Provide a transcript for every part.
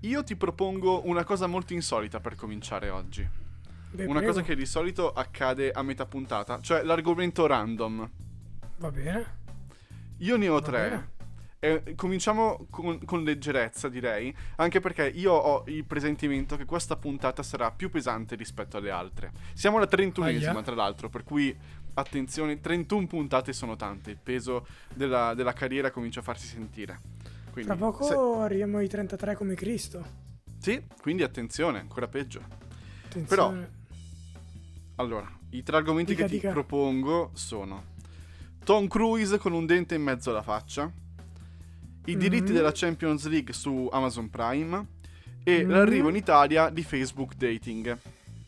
io ti propongo una cosa molto insolita per cominciare oggi. Una Prego. cosa che di solito accade a metà puntata, cioè l'argomento random. Va bene. Io ne ho Va 3. bene. Cominciamo con leggerezza, direi, anche perché io ho il presentimento che questa puntata sarà più pesante rispetto alle altre. Siamo alla 31esima, Aia. tra l'altro, per cui attenzione, 31 puntate sono tante, il peso della carriera comincia a farsi sentire. Fra Quindi, poco arriviamo ai 33 come Cristo. sì, quindi attenzione, ancora peggio. Però, Attenzione. allora, i 3 argomenti Dica, che ti dica. propongo sono Tom Cruise con un dente in mezzo alla faccia, i diritti della Champions League su Amazon Prime e l'arrivo in Italia di Facebook Dating.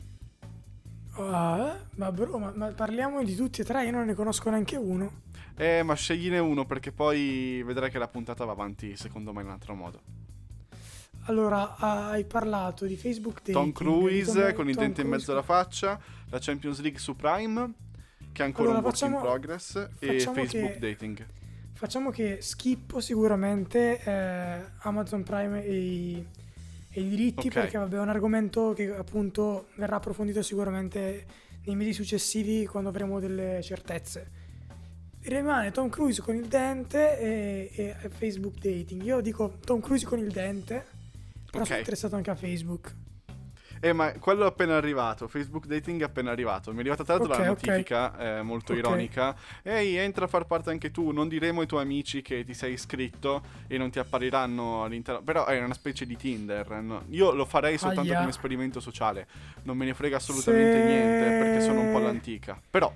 Ma bro, ma parliamo di tutti e tre, io non ne conosco neanche uno. Ma scegliene uno perché poi vedrai che la puntata va avanti secondo me in un altro modo. Allora, hai parlato di Facebook Dating. Tom Cruise con il Tom dente in Cruise. mezzo alla faccia, la Champions League su Prime, che è ancora Allora, un work in progress, e facciamo Facebook che- Dating. Facciamo che schippo sicuramente Amazon Prime e i diritti, Ok. perché vabbè, è un argomento che appunto verrà approfondito sicuramente nei mesi successivi quando avremo delle certezze. Rimane Tom Cruise con il dente e Facebook Dating. Io dico Tom Cruise con il dente, però Ok. sono interessato anche a Facebook. Ma quello è appena arrivato, Facebook Dating è appena arrivato. Mi è arrivata tra l'altro la Ok. notifica, molto Ok. ironica. Ehi, entra a far parte anche tu, non diremo ai tuoi amici che ti sei iscritto e non ti appariranno all'interno. Però è una specie di Tinder. No? Io lo farei soltanto Aia. come esperimento sociale. Non me ne frega assolutamente niente perché sono un po' all'antica. Però,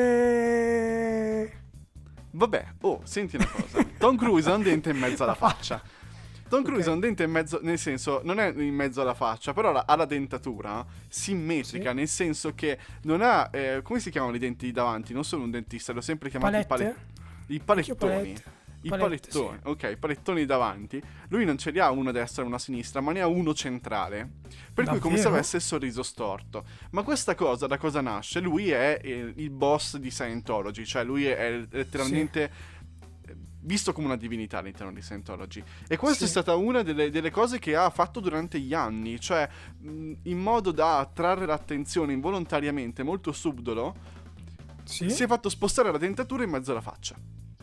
Se... vabbè, senti una cosa. Tom Cruise ha un dente in mezzo alla faccia. Tom Cruise ha un dente in mezzo, nel senso, non è in mezzo alla faccia, però ha la dentatura simmetrica, Sì. nel senso che non ha, come si chiamano i denti di davanti? Non sono un dentista, l'ho sempre chiamati Palette? i Anch'io palettoni. palette. I Palette, palettoni, ok, i palettoni davanti. Lui non ce li ha uno a destra e uno a sinistra, ma ne ha uno centrale. Per cui come se Davvero? avesse il sorriso storto. Ma questa cosa da cosa nasce? Lui è il boss di Scientology, cioè lui è letteralmente visto come una divinità all'interno di Scientology. E questa Sì. è stata una delle cose che ha fatto durante gli anni, cioè in modo da attrarre l'attenzione involontariamente, molto subdolo, Sì? si è fatto spostare la dentatura in mezzo alla faccia.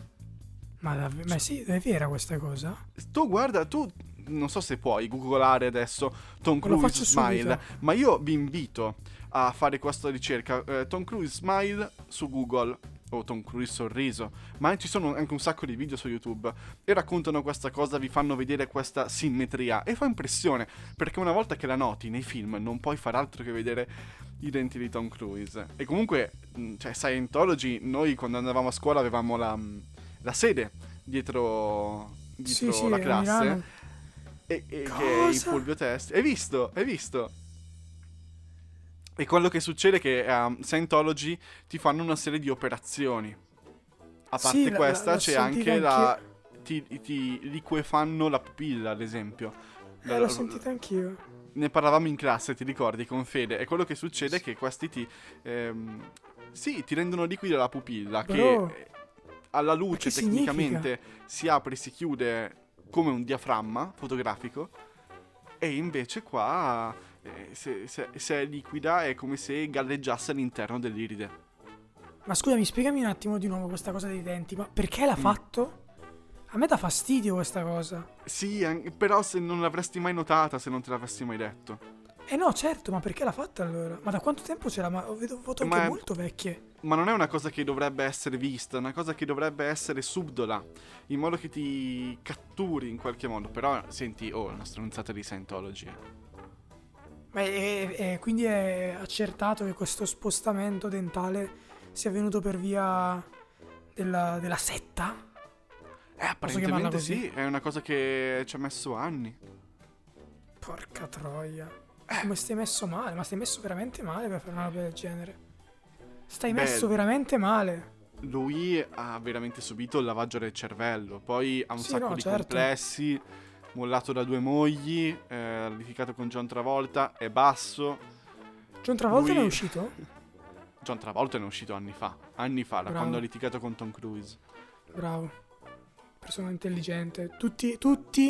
Ma sì, è vera questa cosa? Tu guarda, tu non so se puoi googolare adesso Tom Lo Cruise faccio Smile, subito. ma io vi invito a fare questa ricerca, Tom Cruise Smile su Google o Tom Cruise sorriso, ma ci sono anche un sacco di video su YouTube e raccontano questa cosa, vi fanno vedere questa simmetria e fa impressione, perché una volta che la noti nei film non puoi far altro che vedere i denti di Tom Cruise. E comunque, cioè Scientology, noi quando andavamo a scuola avevamo la sede dietro Sì, sì, la a classe Milano. e che i Cosa? polvio test. Hai visto? E quello che succede è che a Scientology ti fanno una serie di operazioni. A parte Sì, questa l'ho c'è sentita anche anch'io. ti liquefanno la pupilla, ad esempio. L'ho sentita anch'io. Ne parlavamo in classe, ti ricordi, con Fede. E quello che succede è che questi sì, ti rendono liquida la pupilla, Bro, che alla ma luce che tecnicamente si apre e si chiude come un diaframma fotografico. E invece qua, se è liquida, è come se galleggiasse all'interno dell'iride. ma scusami, spiegami un attimo di nuovo questa cosa dei denti. Ma perché l'ha fatto? A me dà fastidio questa cosa. Sì, però se non l'avresti mai notata, se non te l'avessi mai detto. Eh no, certo, ma perché l'ha fatta allora? Ma da quanto tempo c'era? Ma vedo foto anche Ma è- molto vecchie. Ma non è una cosa che dovrebbe essere vista, è una cosa che dovrebbe essere subdola, in modo che ti catturi in qualche modo. Però, senti, è una stronzata di Scientology. Ma quindi è accertato che questo spostamento dentale sia avvenuto per via della setta? Posso chiamarla Apparentemente così? sì, è una cosa che ci ha messo anni. Porca troia. Come stai messo male? Ma stai messo veramente male per fare una roba del genere? Stai Beh, messo veramente male. lui ha veramente subito il lavaggio del cervello, poi ha un Sì, sacco no, di certo. complessi, mollato da 2 mogli, litigato con John Travolta, è basso. John Travolta ne è Lui- uscito? John Travolta ne è uscito anni fa, da Bravo. quando ha litigato con Tom Cruise. Bravo. Persona intelligente. Tutti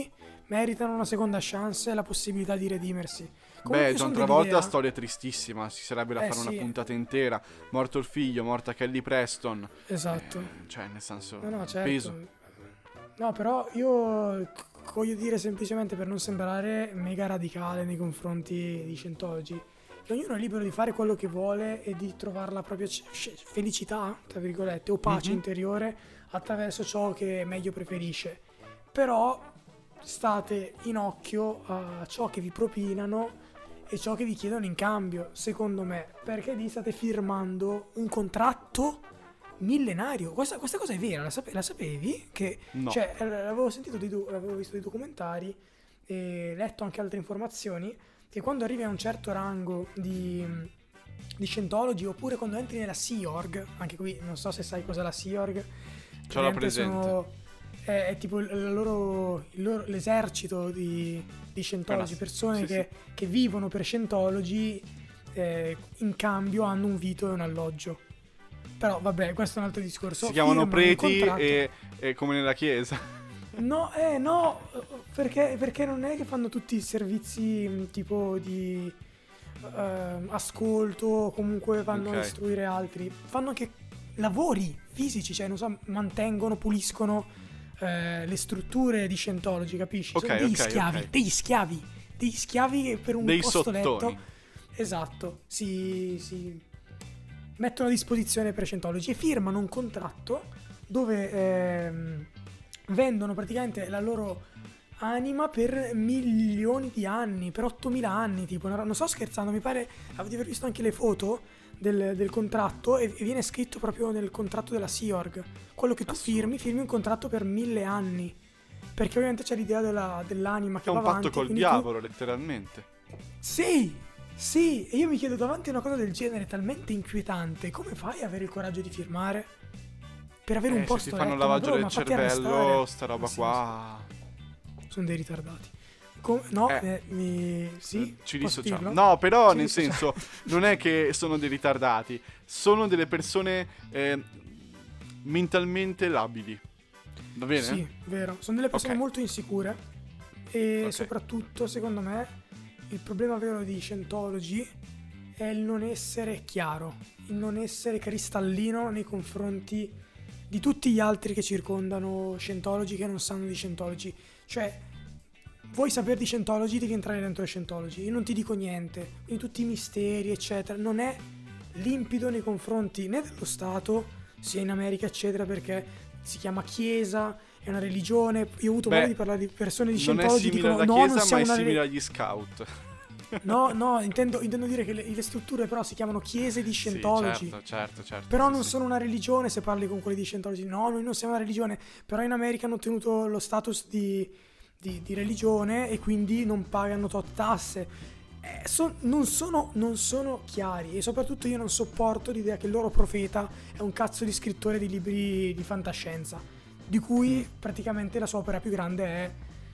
meritano una seconda chance e la possibilità di redimersi. Comunque, Beh, John Travolta, storia tristissima, ci sarebbe da fare una puntata intera. Morto il figlio, morta Kelly Preston. Esatto. Cioè, nel senso, No, certo. peso. No, però io voglio dire semplicemente, per non sembrare mega radicale nei confronti di Scientology, che ognuno è libero di fare quello che vuole e di trovare la propria felicità, tra virgolette, o pace interiore attraverso ciò che meglio preferisce. Però state in occhio a ciò che vi propinano e ciò che vi chiedono in cambio, secondo me, perché lì state firmando un contratto millenario. Questa cosa è vera, la sapevi? Che, No. cioè, avevo sentito avevo visto dei documentari e letto anche altre informazioni, che quando arrivi a un certo rango di Scientology, oppure quando entri nella Sea Org, anche qui non so se sai cos'è la Sea Org, Ce l'ho presente. è tipo l'esercito di Scientology, persone che vivono per Scientology, in cambio hanno un vito e un alloggio. Però vabbè, questo è un altro discorso. Si chiamano preti contratto. e come nella chiesa. No, perché non è che fanno tutti i servizi tipo di ascolto, o comunque vanno a istruire altri. Fanno anche lavori fisici, cioè non so, mantengono, puliscono le strutture di Scientology, capisci? Sono degli schiavi che per un posto letto, esatto, si mettono a disposizione per Scientology e firmano un contratto dove vendono praticamente la loro anima per milioni di anni, per 8000 anni, tipo, non sto scherzando, mi pare di aver visto anche le foto del contratto e viene scritto proprio nel contratto della Sea Org, quello che tu firmi un contratto per 1000 anni, perché ovviamente c'è l'idea dell'anima che va avanti. È un patto col diavolo, letteralmente. Sì, e io mi chiedo, davanti a una cosa del genere talmente inquietante, come fai a avere il coraggio di firmare? Per avere un posto se ti fanno letto, lavaggio del cervello, sta roba qua. Sono dei ritardati. Ci dissociamo. No, però nel senso, non è che sono dei ritardati, sono delle persone mentalmente labili. Va bene? Sì, vero. Sono delle persone molto insicure e soprattutto, secondo me, il problema vero di Scientology è il non essere chiaro, il non essere cristallino nei confronti di tutti gli altri che circondano Scientology, che non sanno di Scientology. Cioè, vuoi sapere di Scientology, devi entrare dentro Scientology. Io non ti dico niente, quindi tutti i misteri, eccetera. Non è limpido nei confronti né dello Stato, sia in America, eccetera, perché si chiama Chiesa, è una religione. Io ho avuto modo di parlare di persone di Scientology che dicono non è simile alla Chiesa, ma è simile agli scout. No, intendo dire che le strutture però si chiamano chiese di Scientology. Sì, certo. Però non sono una religione, se parli con quelli di Scientology. No, noi non siamo una religione, però in America hanno ottenuto lo status di religione e quindi non pagano tot tasse. Non sono chiari, e soprattutto io non sopporto l'idea che il loro profeta è un cazzo di scrittore di libri di fantascienza, di cui praticamente la sua opera più grande è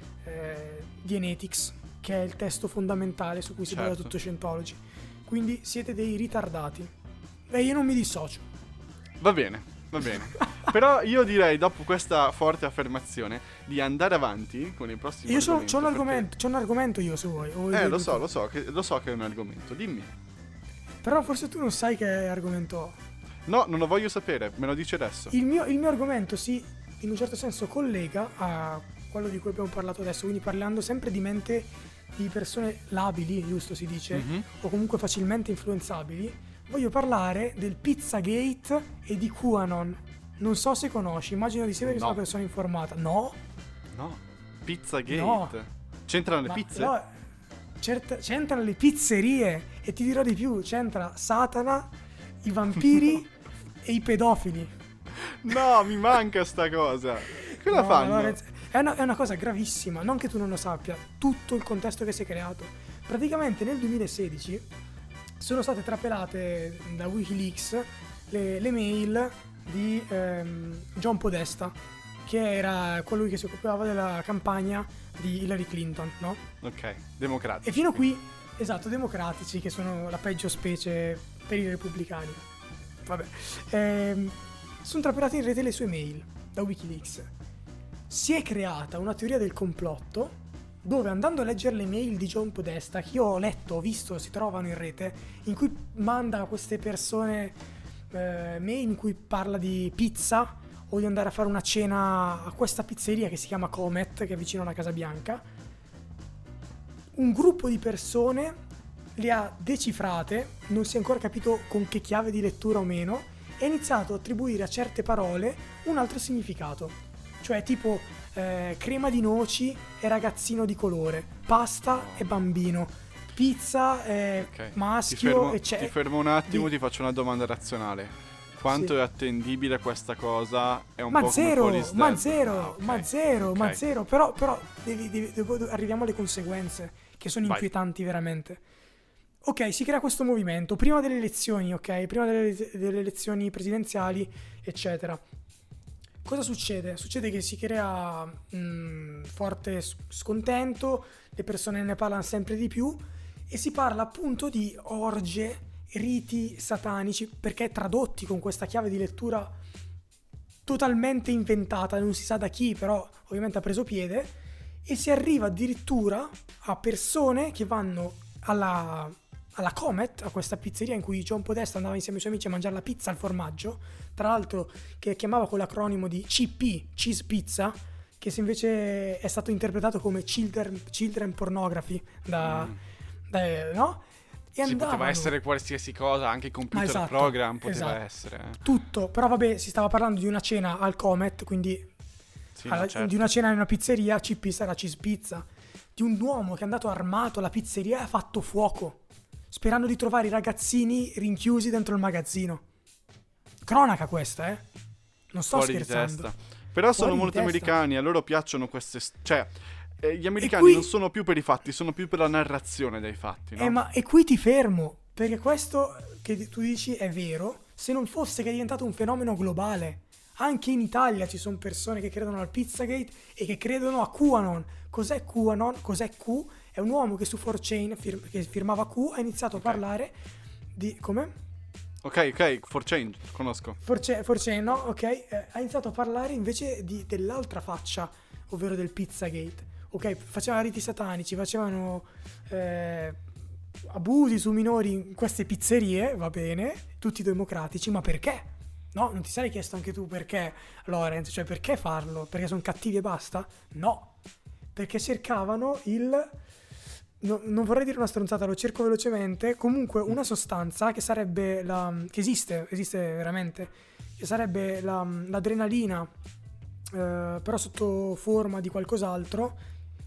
The Ethics, che è il testo fondamentale su cui si basa tutto Scientology. Quindi siete dei ritardati e io non mi dissocio. Va bene. Però io direi, dopo questa forte affermazione, di andare avanti con i prossimi argomenti. C'ho un argomento io, se vuoi. Lo so che è un argomento, dimmi. Però forse tu non sai che argomento ho. No, non lo voglio sapere, me lo dici adesso. Il mio argomento in un certo senso collega a quello di cui abbiamo parlato adesso, quindi parlando sempre di mente di persone labili, giusto si dice, o comunque facilmente influenzabili. Voglio parlare del Pizzagate e di QAnon. Non so se conosci, immagino di sì perché sono una persona informata. No, Pizzagate? No. C'entrano le pizze? No, c'entrano le pizzerie e ti dirò di più, c'entra Satana, i vampiri e i pedofili. No, mi manca sta cosa. Che la fanno? Lorenzo, è una cosa gravissima, non che tu non lo sappia, tutto il contesto che si è creato. Praticamente nel 2016 sono state trapelate da Wikileaks le mail di John Podesta, che era colui che si occupava della campagna di Hillary Clinton, no? Ok, democratici. E fino a qui, esatto, democratici, che sono la peggio specie per i repubblicani. Vabbè. Sono trapelate in rete le sue mail da Wikileaks. Si è creata una teoria del complotto dove andando a leggere le mail di John Podesta, che io ho letto, ho visto, si trovano in rete, in cui manda a queste persone mail in cui parla di pizza o di andare a fare una cena a questa pizzeria che si chiama Comet, che è vicino alla Casa Bianca, un gruppo di persone le ha decifrate, non si è ancora capito con che chiave di lettura o meno, e ha iniziato a attribuire a certe parole un altro significato, cioè tipo crema di noci e ragazzino di colore, pasta e bambino, pizza e maschio, ti fermo un attimo, ti faccio una domanda razionale. Quanto Sì. è attendibile questa cosa? È un Ma po' zero, come Police ma Dead. zero, Ah, ma ok, zero, ok. ma zero. Però arriviamo alle conseguenze, che sono Vai. inquietanti veramente. Ok, si crea questo movimento prima delle elezioni, ok? Prima delle elezioni presidenziali, eccetera. Cosa succede? Succede che si crea forte scontento, le persone ne parlano sempre di più e si parla appunto di orge, riti satanici, perché tradotti con questa chiave di lettura totalmente inventata, non si sa da chi, però ovviamente ha preso piede, e si arriva addirittura a persone che vanno alla Comet, a questa pizzeria in cui John Podesta andava insieme ai suoi amici a mangiare la pizza al formaggio, tra l'altro che chiamava con l'acronimo di CP, Cheese Pizza, che se invece è stato interpretato come Children Pornography no? E Sì, poteva essere qualsiasi cosa, anche computer esatto, program poteva esatto. essere. Tutto, però vabbè, si stava parlando di una cena al Comet, quindi Sì, no, certo. di una cena in una pizzeria, CP sarà Cheese Pizza, di un uomo che è andato armato alla pizzeria e ha fatto fuoco, sperando di trovare i ragazzini rinchiusi dentro il magazzino. Cronaca questa, non sto Fuori scherzando. di testa. Però sono Fuori di molto testa. americani, a loro piacciono queste... Cioè, gli americani qui- non sono più per i fatti, sono più per la narrazione dei fatti, no? E qui ti fermo, perché questo che tu dici è vero, se non fosse che è diventato un fenomeno globale. Anche in Italia ci sono persone che credono al Pizzagate e che credono a QAnon. Cos'è QAnon? Cos'è Q? È un uomo che su 4chan che firmava Q ha iniziato a parlare di... Come? Ok, for change, conosco. 4chan, no? Ok, ha iniziato a parlare invece dell'altra faccia, ovvero del Pizzagate. Ok, facevano riti satanici, facevano abusi su minori in queste pizzerie, va bene, tutti democratici, ma perché? No, non ti sarei chiesto anche tu perché, Lorenz? Cioè, perché farlo? Perché sono cattivi e basta? No, perché cercavano non vorrei dire una stronzata, lo cerco velocemente. Comunque una sostanza che sarebbe che esiste veramente, che sarebbe l'adrenalina, però sotto forma di qualcos'altro,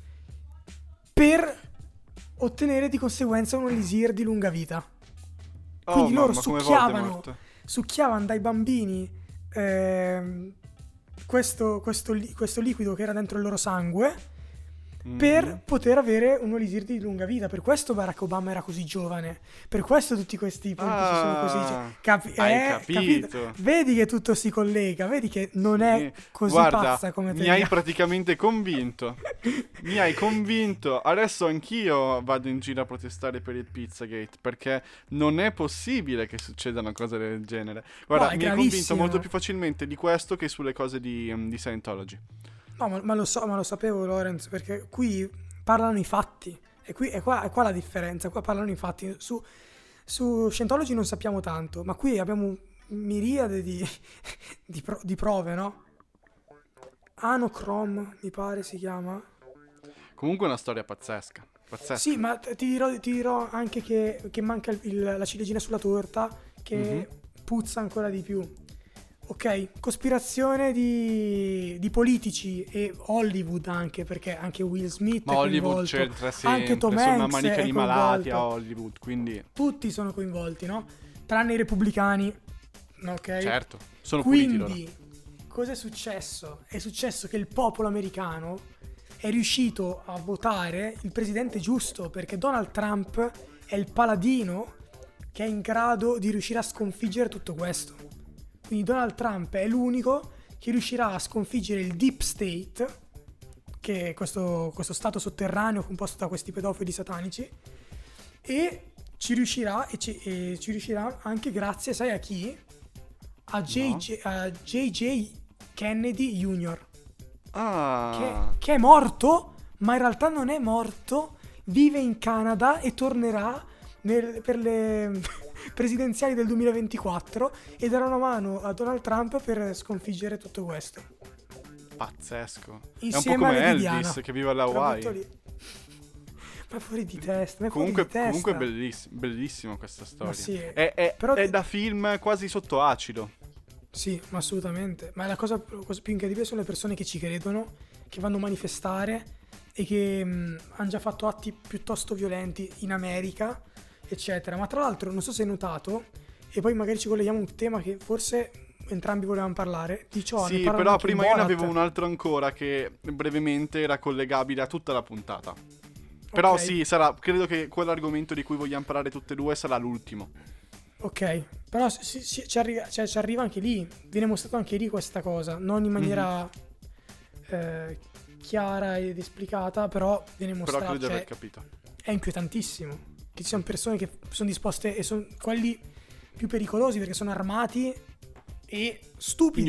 per ottenere di conseguenza un elisir di lunga vita. Quindi loro succhiavano dai bambini questo liquido che era dentro il loro sangue, per poter avere un elisir di lunga vita. Per questo Barack Obama era così giovane, per questo tutti questi punti sono così hai capito. Vedi che tutto si collega, vedi che non è così pazza come te. Mi hai praticamente convinto. Mi hai convinto. Adesso anch'io vado in giro a protestare per il Pizzagate, perché non è possibile che succedano cose del genere. Guarda, mi hai convinto molto più facilmente di questo che sulle cose di Scientology. No, ma lo sapevo, Lorenz, perché qui parlano i fatti. E è qua la differenza. Qua parlano i fatti. Su Scientology non sappiamo tanto, ma qui abbiamo miriade di prove, no? Anochrome, mi pare si chiama. Comunque è una storia pazzesca. Sì, ma ti dirò anche che manca la ciliegina sulla torta, che puzza ancora di più. Ok, cospirazione di politici e Hollywood anche, perché anche Will Smith ma è Hollywood coinvolto, c'entra sempre, anche Tom sono una Hanks manica è di malati coinvolto. a Hollywood, quindi... Tutti sono coinvolti, no? Tranne i repubblicani, ok? Certo, sono puliti loro. Quindi, cosa è successo? È successo che il popolo americano è riuscito a votare il presidente giusto, perché Donald Trump è il paladino che è in grado di riuscire a sconfiggere tutto questo. Quindi Donald Trump è l'unico che riuscirà a sconfiggere il Deep State, che è questo stato sotterraneo composto da questi pedofili satanici, e ci riuscirà anche grazie, sai a chi? A J.J. Kennedy Jr. Che è morto ma in realtà non è morto, vive in Canada e tornerà per le presidenziali del 2024 e darà una mano a Donald Trump per sconfiggere tutto questo. Pazzesco. Insieme è un po' come alle di Elvis Diana. che vive alla Hawaii. Ma fuori di testa, ma Comunque fuori di testa. è bellissima questa storia. Ma sì, È da film quasi sotto acido. Sì, ma assolutamente. Ma la cosa più incredibile sono le persone che ci credono, che vanno a manifestare e che hanno già fatto atti piuttosto violenti in America, eccetera. Ma tra l'altro, non so se hai notato, e poi magari ci colleghiamo a un tema che forse entrambi volevamo parlare, di ciò. Sì, però prima io ne avevo un altro ancora che brevemente era collegabile a tutta la puntata. Però Okay. sì, credo che quell'argomento di cui vogliamo parlare tutte e due sarà l'ultimo. Ok, però ci arriva anche lì, viene mostrato anche lì questa cosa, non in maniera chiara ed esplicata, però viene Però mostrata. credo di aver capito. È inquietantissimo che ci siano persone che sono disposte, e sono quelli più pericolosi perché sono armati e stupidi.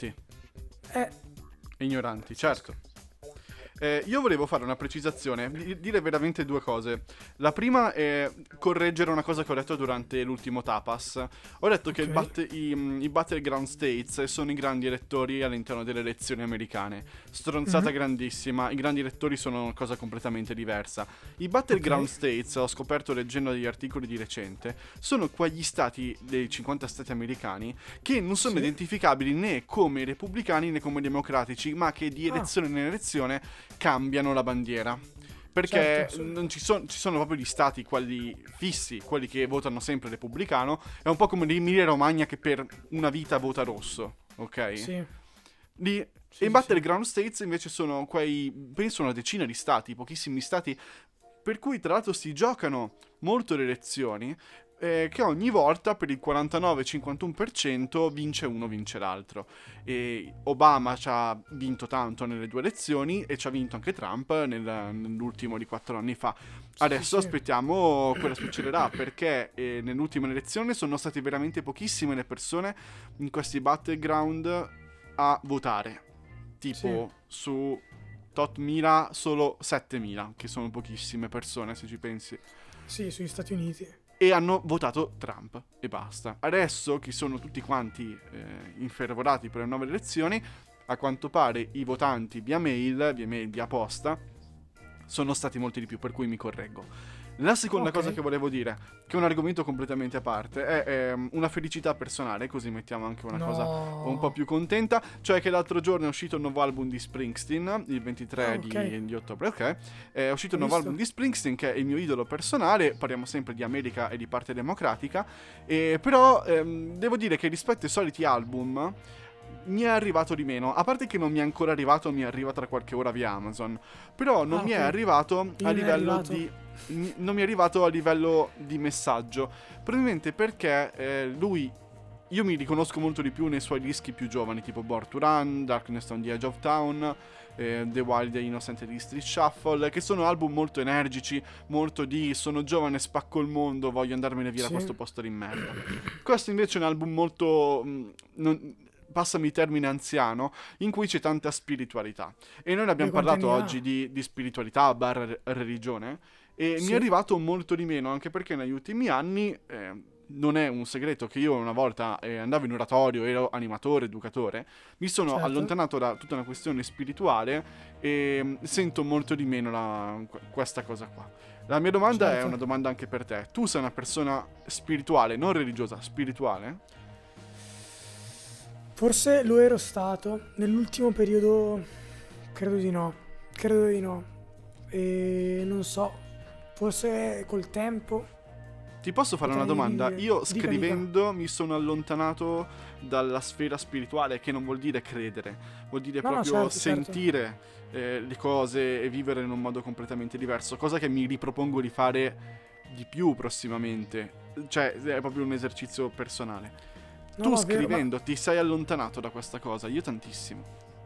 Ignoranti, certo. Io volevo fare una precisazione, dire veramente due cose. La prima è correggere una cosa che ho detto durante l'ultimo Tapas. Ho detto che i Battleground States sono i grandi elettori all'interno delle elezioni americane. Stronzata grandissima, i grandi elettori sono una cosa completamente diversa. I Battleground States, ho scoperto leggendo degli articoli di recente, sono quegli stati dei 50 stati americani che non sono identificabili né come repubblicani né come democratici, ma che di elezione in elezione cambiano la bandiera. Perché non ci sono proprio gli stati, quelli fissi, quelli che votano sempre repubblicano. È un po' come l'Emilia Romagna che per una vita vota rosso, ok? Sì. E i Battleground States invece sono penso una decina di stati, pochissimi stati, per cui tra l'altro si giocano molto le elezioni, che ogni volta per il 49-51% vince uno, vince l'altro. E Obama ci ha vinto tanto nelle due elezioni e ci ha vinto anche Trump nell'ultimo di 4 anni fa. Adesso aspettiamo cosa succederà, perché nell'ultima elezione sono state veramente pochissime le persone in questi battleground a votare. Tipo su tot mila solo 7.000, che sono pochissime persone se ci pensi. Sì, sugli Stati Uniti. E hanno votato Trump e basta. Adesso che sono tutti quanti infervorati per le nuove elezioni, a quanto pare i votanti via mail, via posta, sono stati molti di più, per cui mi correggo. La seconda cosa che volevo dire, che è un argomento completamente a parte, è una felicità personale, così mettiamo anche una cosa un po' più contenta, cioè che l'altro giorno è uscito il nuovo album di Springsteen, il 23 di ottobre, è uscito il nuovo album di Springsteen, che è il mio idolo personale, parliamo sempre di America e di parte democratica, però devo dire che rispetto ai soliti album mi è arrivato di meno, a parte che non mi è ancora arrivato, mi arriva tra qualche ora via Amazon, però non mi è arrivato a livello non mi è arrivato a livello di messaggio, probabilmente perché io mi riconosco molto di più nei suoi dischi più giovani, tipo Born to Run, Darkness on the Edge of Town, The Wild and Innocent di Street Shuffle, che sono album molto energici, molto di sono giovane, spacco il mondo, voglio andarmene via da questo posto di merda. Questo invece è un album molto passami il termine anziano, in cui c'è tanta spiritualità. E noi ne abbiamo parlato oggi di spiritualità / religione, e mi è arrivato molto di meno, anche perché negli ultimi anni, non è un segreto che io una volta andavo in oratorio, ero animatore, educatore, mi sono allontanato da tutta una questione spirituale e sento molto di meno questa cosa qua. La mia domanda è una domanda anche per te. Tu sei una persona spirituale, non religiosa, spirituale? Forse lo ero stato nell'ultimo periodo, credo di no, e non so, forse col tempo. Ti posso fare una domanda? Io scrivendo mi sono allontanato dalla sfera spirituale, che non vuol dire credere, vuol dire proprio sentire le cose e vivere in un modo completamente diverso, cosa che mi ripropongo di fare di più prossimamente, cioè è proprio un esercizio personale. Tu scrivendo ti sei allontanato da questa cosa, io tantissimo.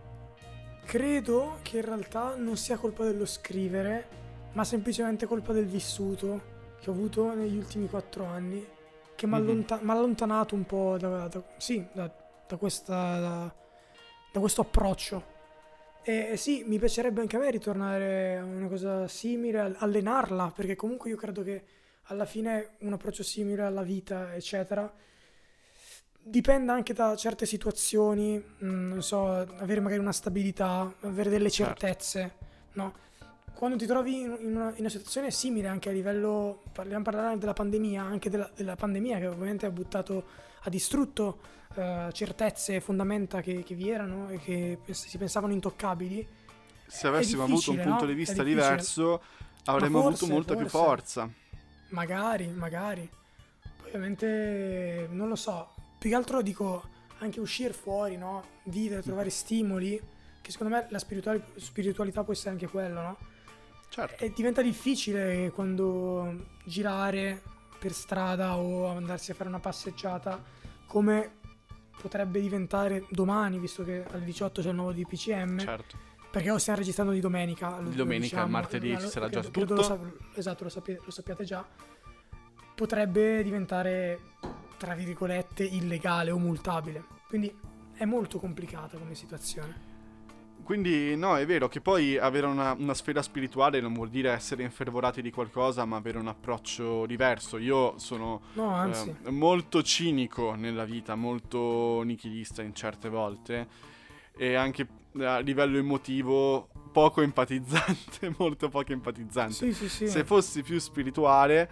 Credo che in realtà non sia colpa dello scrivere, ma semplicemente colpa del vissuto che ho avuto negli ultimi 4 anni, che mi ha allontanato un po' da questo approccio. E sì, mi piacerebbe anche a me ritornare a una cosa simile, allenarla, perché comunque io credo che alla fine un approccio simile alla vita, eccetera, dipenda anche da certe situazioni, non so, avere magari una stabilità, avere delle Certo, certezze, no? Quando ti trovi in una situazione simile anche a livello, parliamo parlare della pandemia, anche della pandemia che ovviamente ha distrutto certezze e fondamenta che vi erano e che si pensavano intoccabili, se è avessimo avuto un difficile, punto no? di È vista difficile. diverso, Ma avremmo avuto molta più forse, forza. magari. Poi ovviamente non lo so, più che altro dico anche uscire fuori, no? Vivere, trovare stimoli, che secondo me la spiritualità può essere anche quello, no? Certo. E diventa difficile quando girare per strada o andarsi a fare una passeggiata, come potrebbe diventare domani, visto che alle 18 c'è il nuovo DPCM, Certo. perché stiamo registrando di domenica, Di lo domenica, diciamo, martedì ci sarà già credo tutto. esatto, lo sappiate già, potrebbe diventare, tra virgolette, illegale o multabile. Quindi è molto complicata come situazione. Quindi no, è vero che poi avere una sfera spirituale non vuol dire essere infervorati di qualcosa, ma avere un approccio diverso. Io sono No, anzi, molto cinico nella vita, molto nichilista in certe volte e anche a livello emotivo poco empatizzante, molto poco empatizzante. sì. Se fossi più spirituale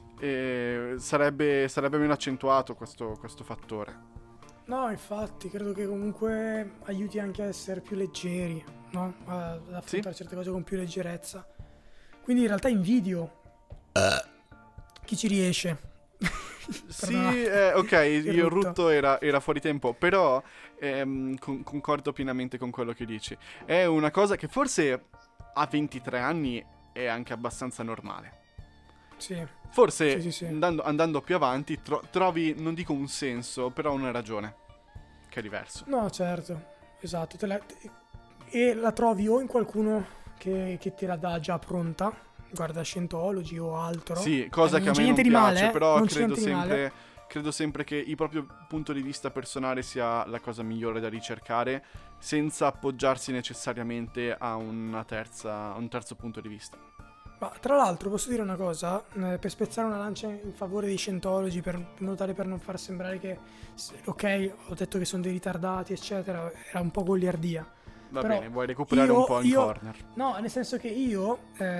sarebbe meno accentuato questo fattore. No, infatti, credo che comunque aiuti anche a essere più leggeri, no? Ad Sì? affrontare certe cose con più leggerezza. Quindi in realtà invidio chi ci riesce. Sì, Perdonate, ok, il il rutto. rutto era fuori tempo, però concordo pienamente con quello che dici. È una cosa che forse a 23 anni è anche abbastanza normale. Sì, Forse sì. andando più avanti trovi, non dico un senso, però una ragione, che è diverso. No, certo, esatto. E la trovi o in qualcuno che te la dà già pronta, guarda Scientology o altro. Sì, cosa che Non a c'è me non niente di piace, male, però non c'è niente di male. credo sempre che il proprio punto di vista personale sia la cosa migliore da ricercare, senza appoggiarsi necessariamente a un terzo punto di vista. Ma tra l'altro posso dire una cosa, per spezzare una lancia in favore dei Scientology, in modo tale per non far sembrare che, ok, ho detto che sono dei ritardati, eccetera, era un po' goliardia. Va Però bene, vuoi recuperare un po' in corner. no, nel senso che io,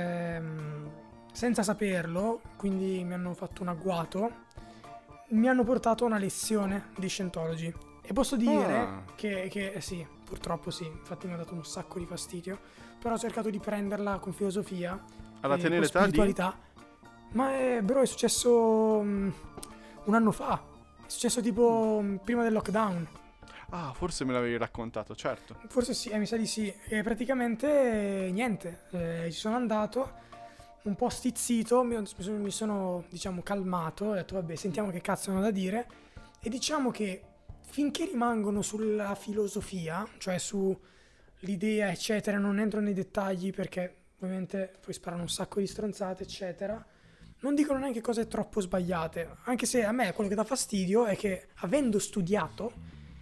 senza saperlo, quindi mi hanno fatto un agguato, mi hanno portato a una lezione di Scientology. E posso dire Ah. che sì, purtroppo sì, infatti mi ha dato un sacco di fastidio, però ho cercato di prenderla con filosofia Alla e tenera con età di... spiritualità. Ma bro, è successo un anno fa, è successo tipo prima del lockdown. Ah, forse me l'avevi raccontato, certo. Forse sì, mi sa di sì. E praticamente niente, ci sono andato un po' stizzito, mi sono diciamo calmato, ho detto vabbè sentiamo che cazzo hanno da dire e diciamo che finché rimangono sulla filosofia, cioè su l'idea eccetera, non entro nei dettagli perché ovviamente poi sparano un sacco di stronzate eccetera, non dicono neanche cose troppo sbagliate, anche se a me quello che dà fastidio è che avendo studiato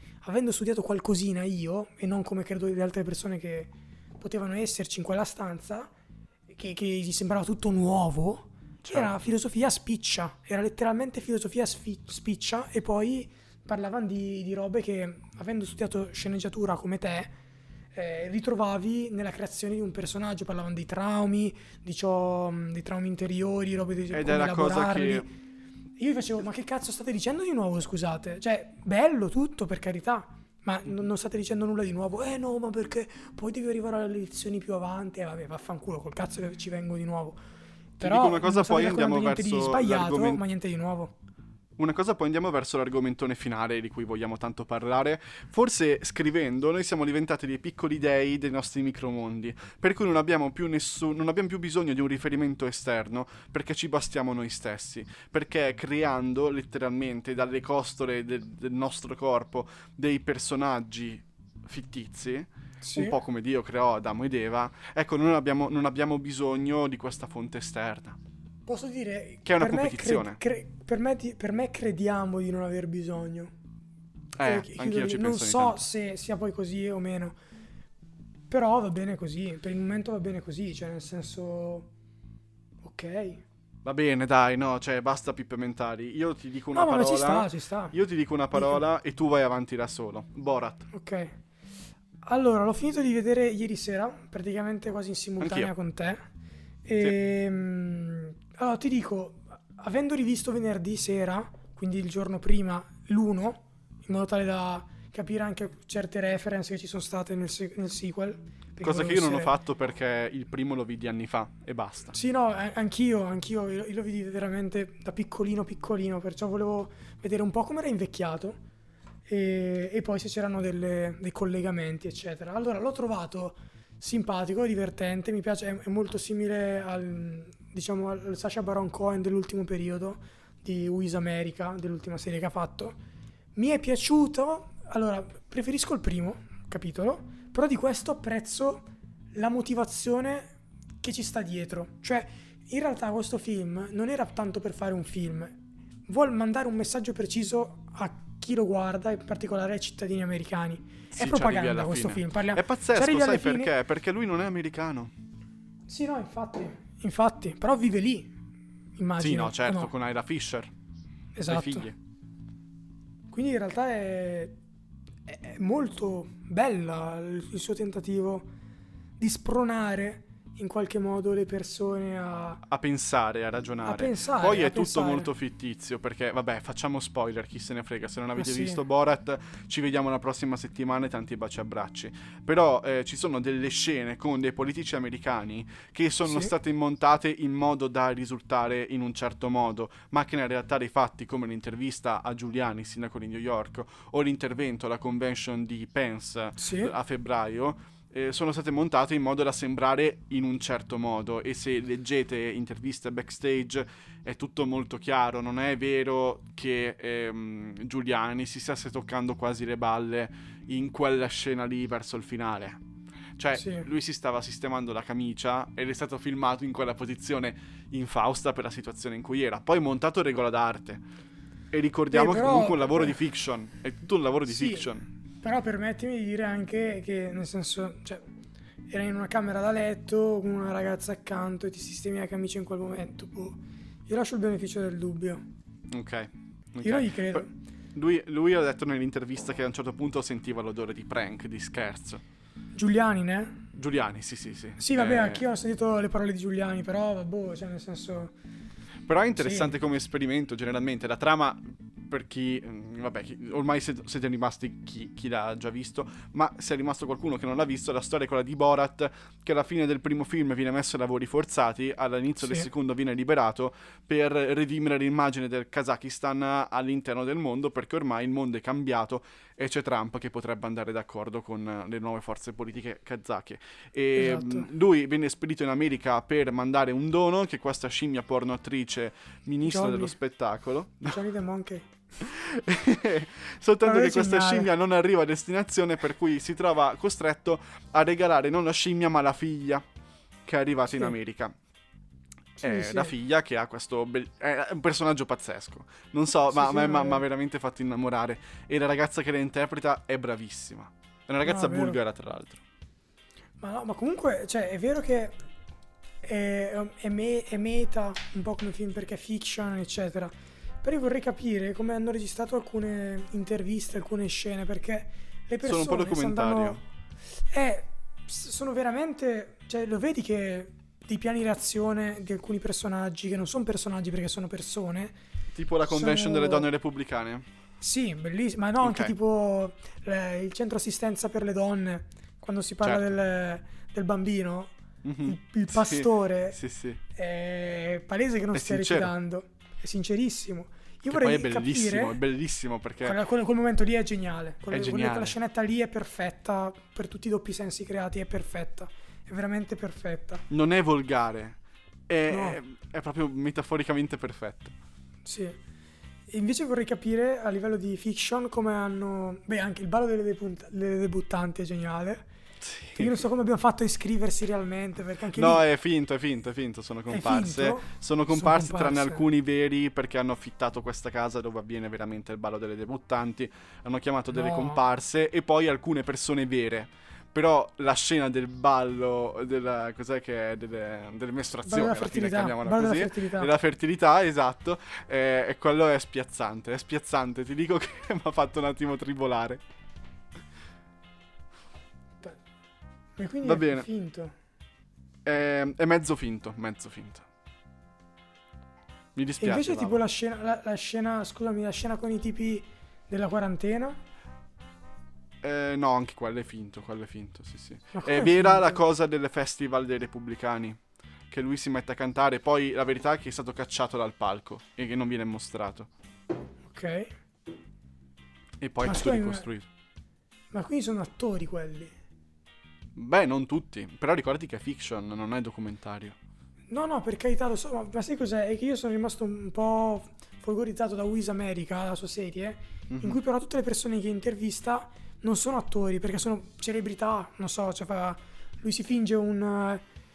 qualcosina io, e non come credo le altre persone che potevano esserci in quella stanza, che gli sembrava tutto nuovo, Certo. era filosofia spiccia, era letteralmente filosofia spiccia, e poi parlavano di robe che, avendo studiato sceneggiatura come te, ritrovavi nella creazione di un personaggio, parlavano di traumi, dei traumi interiori, robe di Ed come è la cosa elaborarli. che... Io gli facevo, ma che cazzo state dicendo di nuovo, scusate? Cioè, bello tutto, per carità, ma non state dicendo nulla di nuovo. No, ma perché poi devi arrivare alle lezioni più avanti. Vabbè, vaffanculo, col cazzo che ci vengo di nuovo. Ti dico una cosa, non state poi andiamo raccontando niente di verso sbagliato, l'argomento... ma niente di nuovo. Una cosa, poi andiamo verso l'argomentone finale di cui vogliamo tanto parlare. Forse scrivendo noi siamo diventati dei piccoli dei dei nostri micromondi, per cui non abbiamo più bisogno di un riferimento esterno, perché ci bastiamo noi stessi, perché creando letteralmente dalle costole del nostro corpo dei personaggi fittizi, Sì. un po' come Dio creò Adamo ed Eva, ecco, non abbiamo bisogno di questa fonte esterna. Posso dire Che è una per me competizione. per me crediamo di non aver bisogno. Anch'io ci non penso ogni so tanto. se sia poi così o meno. Però va bene così, per il momento va bene così, cioè nel senso, ok. Va bene, dai, no, cioè basta pippe mentali. Io ti dico una No, ma parola. ci sta. Io ti dico una parola e tu vai avanti da solo. Borat. Ok. Allora, l'ho finito di vedere ieri sera, praticamente quasi in simultanea Anch'io. con te. Allora, ti dico, avendo rivisto venerdì sera, quindi il giorno prima, l'1, in modo tale da capire anche certe reference che ci sono state nel sequel. Cosa che io non ho fatto perché il primo lo vidi anni fa e basta. Sì, no, anch'io io lo vidi veramente da piccolino, perciò volevo vedere un po' come era invecchiato e poi se c'erano dei collegamenti, eccetera. Allora, l'ho trovato simpatico, divertente, mi piace, è molto simile al Sacha Baron Cohen dell'ultimo periodo di Who is America, dell'ultima serie che ha fatto. Mi è piaciuto, allora, preferisco il primo capitolo, però di questo apprezzo la motivazione che ci sta dietro. Cioè, in realtà questo film non era tanto per fare un film, vuol mandare un messaggio preciso a chi lo guarda, in particolare ai cittadini americani. Sì, è propaganda questo film. È pazzesco, sai perché? Perché lui non è americano. Sì, no, infatti, però vive lì, immagino. Sì, no, certo, no? con Ira Fisher. Esatto. I figli. Quindi in realtà è molto bella il suo tentativo di spronare in qualche modo le persone a pensare, a ragionare. A pensare, poi a è tutto pensare. molto fittizio, perché vabbè, facciamo spoiler, chi se ne frega. Se non avete sì. visto Borat, ci vediamo la prossima settimana e tanti baci e abbracci. Però ci sono delle scene con dei politici americani che sono state montate in modo da risultare in un certo modo, ma che nella realtà dei fatti, come l'intervista a Giuliani, sindaco di New York, o l'intervento alla convention di Pence a febbraio, sono state montate in modo da sembrare in un certo modo. E se leggete interviste backstage è tutto molto chiaro. Non è vero che Giuliani si stesse toccando quasi le balle in quella scena lì verso il finale. Cioè lui si stava sistemando la camicia ed è stato filmato in quella posizione infausta per la situazione in cui era. Poi montato regola d'arte. E ricordiamo che comunque è un lavoro di fiction. È tutto un lavoro di fiction. Però permettimi di dire anche che, nel senso, cioè, era in una camera da letto con una ragazza accanto e ti sistemi la camicia in quel momento. Io lascio il beneficio del dubbio. Ok. Io non gli credo. Lui ha detto nell'intervista che a un certo punto sentiva l'odore di prank, di scherzo. Giuliani, ne? Giuliani, sì. Sì, vabbè, anch'io ho sentito le parole di Giuliani, però, cioè, nel senso... Però è interessante come esperimento, generalmente. La trama, per chi... Vabbè, ormai siete rimasti chi l'ha già visto, ma se è rimasto qualcuno che non l'ha visto, la storia è quella di Borat, che alla fine del primo film viene messo ai lavori forzati, all'inizio del secondo viene liberato per redimere l'immagine del Kazakistan all'interno del mondo, perché ormai il mondo è cambiato e c'è Trump che potrebbe andare d'accordo con le nuove forze politiche kazake. E lui viene spedito in America per mandare un dono, che è questa scimmia porno attrice, ministro dello spettacolo. Johnny the Monkey. Soltanto che questa scimmia non arriva a destinazione, per cui si trova costretto a regalare non la scimmia ma la figlia che è arrivata in America. La figlia che ha questo è un personaggio pazzesco, non so, ma mi ha veramente fatto innamorare. E la ragazza che la interpreta è bravissima, è una ragazza bulgara tra l'altro. Ma comunque, cioè, è vero che è meta un po' come film perché è fiction eccetera, però io vorrei capire come hanno registrato alcune interviste, alcune scene, perché le persone sono un po' documentario. Sono veramente, cioè, lo vedi che dei piani reazione di alcuni personaggi che non sono personaggi perché sono persone, tipo la convention delle donne repubblicane. Sì, bellissimo, ma no, anche tipo il centro assistenza per le donne, quando si parla del bambino, il pastore, sì. È palese che non stia recitando, è sincerissimo. Io vorrei capire, è bellissimo perché quel momento lì è geniale. Geniale. Quella scenetta lì è perfetta per tutti i doppi sensi creati, è perfetta, è veramente perfetta. Non è volgare, è proprio metaforicamente perfetta. Sì. E invece vorrei capire a livello di fiction come hanno... anche il ballo delle debuttanti è geniale. Sì. Io non so come abbiamo fatto a iscriversi realmente, perché anche no, lì... è finto, sono comparse. Sono comparse tranne alcuni veri, perché hanno affittato questa casa dove avviene veramente il ballo delle debuttanti. Hanno chiamato delle comparse e poi alcune persone vere. Però la scena del ballo, cos'è che è? Delle mestruazioni, Ballo della alla fine, fertilità, chiamiamola ballo così. della fertilità. Della fertilità, esatto. E quello è spiazzante. Ti dico che mi ha fatto un attimo tribolare. E quindi Va è bene. finto. È mezzo finto. Mi E dispiace. invece Vava. tipo la scena, scusami, la scena con i tipi della quarantena. No, anche quello è finto, sì. Ma come È vera finto? la cosa del festival dei repubblicani, che lui si mette a cantare, poi la verità è che è stato cacciato dal palco e che non viene mostrato. Ok. E poi Ma è tutto scusami, ricostruito. Ma quindi sono attori quelli? Beh, non tutti, però ricordati che è fiction, non è documentario. No, per carità, lo so, ma sai cos'è? È che io sono rimasto un po' folgorizzato da Wiz America, la sua serie, in cui però tutte le persone che intervista non sono attori, perché sono celebrità, non so, cioè lui si finge un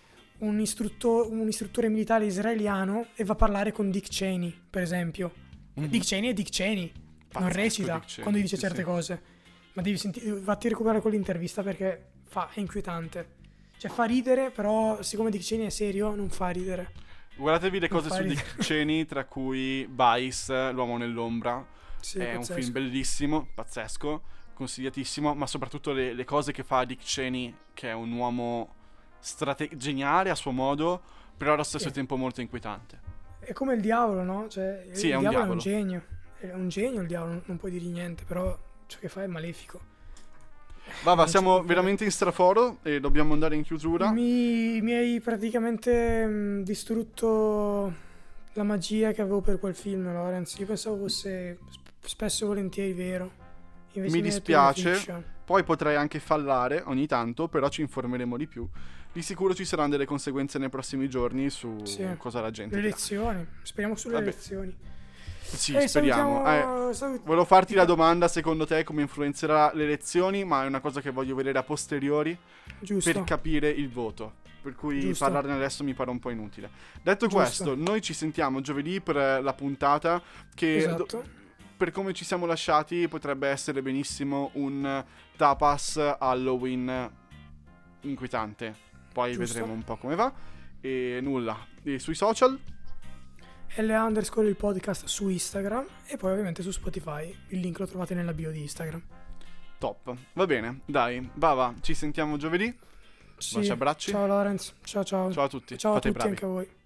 istruttore militare israeliano e va a parlare con Dick Cheney, per esempio. Dick Cheney è Dick Cheney, non Pazzesco recita Dick Cheney, quando dice sì, certe sì. cose. Ma devi vatti a recuperare quell'intervista perché è inquietante. Cioè fa ridere, però siccome Dick Cheney è serio, non fa ridere. Guardatevi le Non cose fa su ridere. Dick Cheney, tra cui Vice, L'uomo nell'ombra. Sì, È un pazzesco. film bellissimo, pazzesco, consigliatissimo, ma soprattutto le cose che fa Dick Cheney, che è un uomo geniale a suo modo, però allo stesso Sì. tempo molto inquietante. È come il diavolo, no? Cioè, Sì, il è un diavolo diavolo. è un genio. È un genio il diavolo, non puoi dirgli niente, però ciò che fa è malefico. Va, Non siamo c'è più veramente in straforo e dobbiamo andare in chiusura. Mi hai praticamente distrutto la magia che avevo per quel film, Lorenz. Io pensavo fosse spesso e volentieri vero. Invece Mi hai detto una dispiace, fiction. poi potrei anche fallare ogni tanto, però ci informeremo di più. Di sicuro ci saranno delle conseguenze nei prossimi giorni su Sì. cosa la gente Le dirà. elezioni. Speriamo sulle Vabbè. elezioni. Sì, speriamo. Volevo farti farti la domanda, secondo te, come influenzerà le elezioni, ma è una cosa che voglio vedere a posteriori Giusto. per capire il voto. Per cui Giusto. parlarne adesso mi pare un po' inutile. Detto Giusto. questo, noi ci sentiamo giovedì per la puntata che, Esatto. per come ci siamo lasciati, potrebbe essere benissimo un tapas Halloween inquietante. Poi Giusto. vedremo un po' come va. E nulla. E sui social? L_ il podcast su Instagram e poi ovviamente su Spotify. Il link lo trovate nella bio di Instagram. Top. Va bene, dai. Va. Ci sentiamo giovedì. Sì. Baci, abbracci. Ciao Lorenz. Ciao. Ciao a tutti. Ciao a Fate i tutti bravi. anche a voi.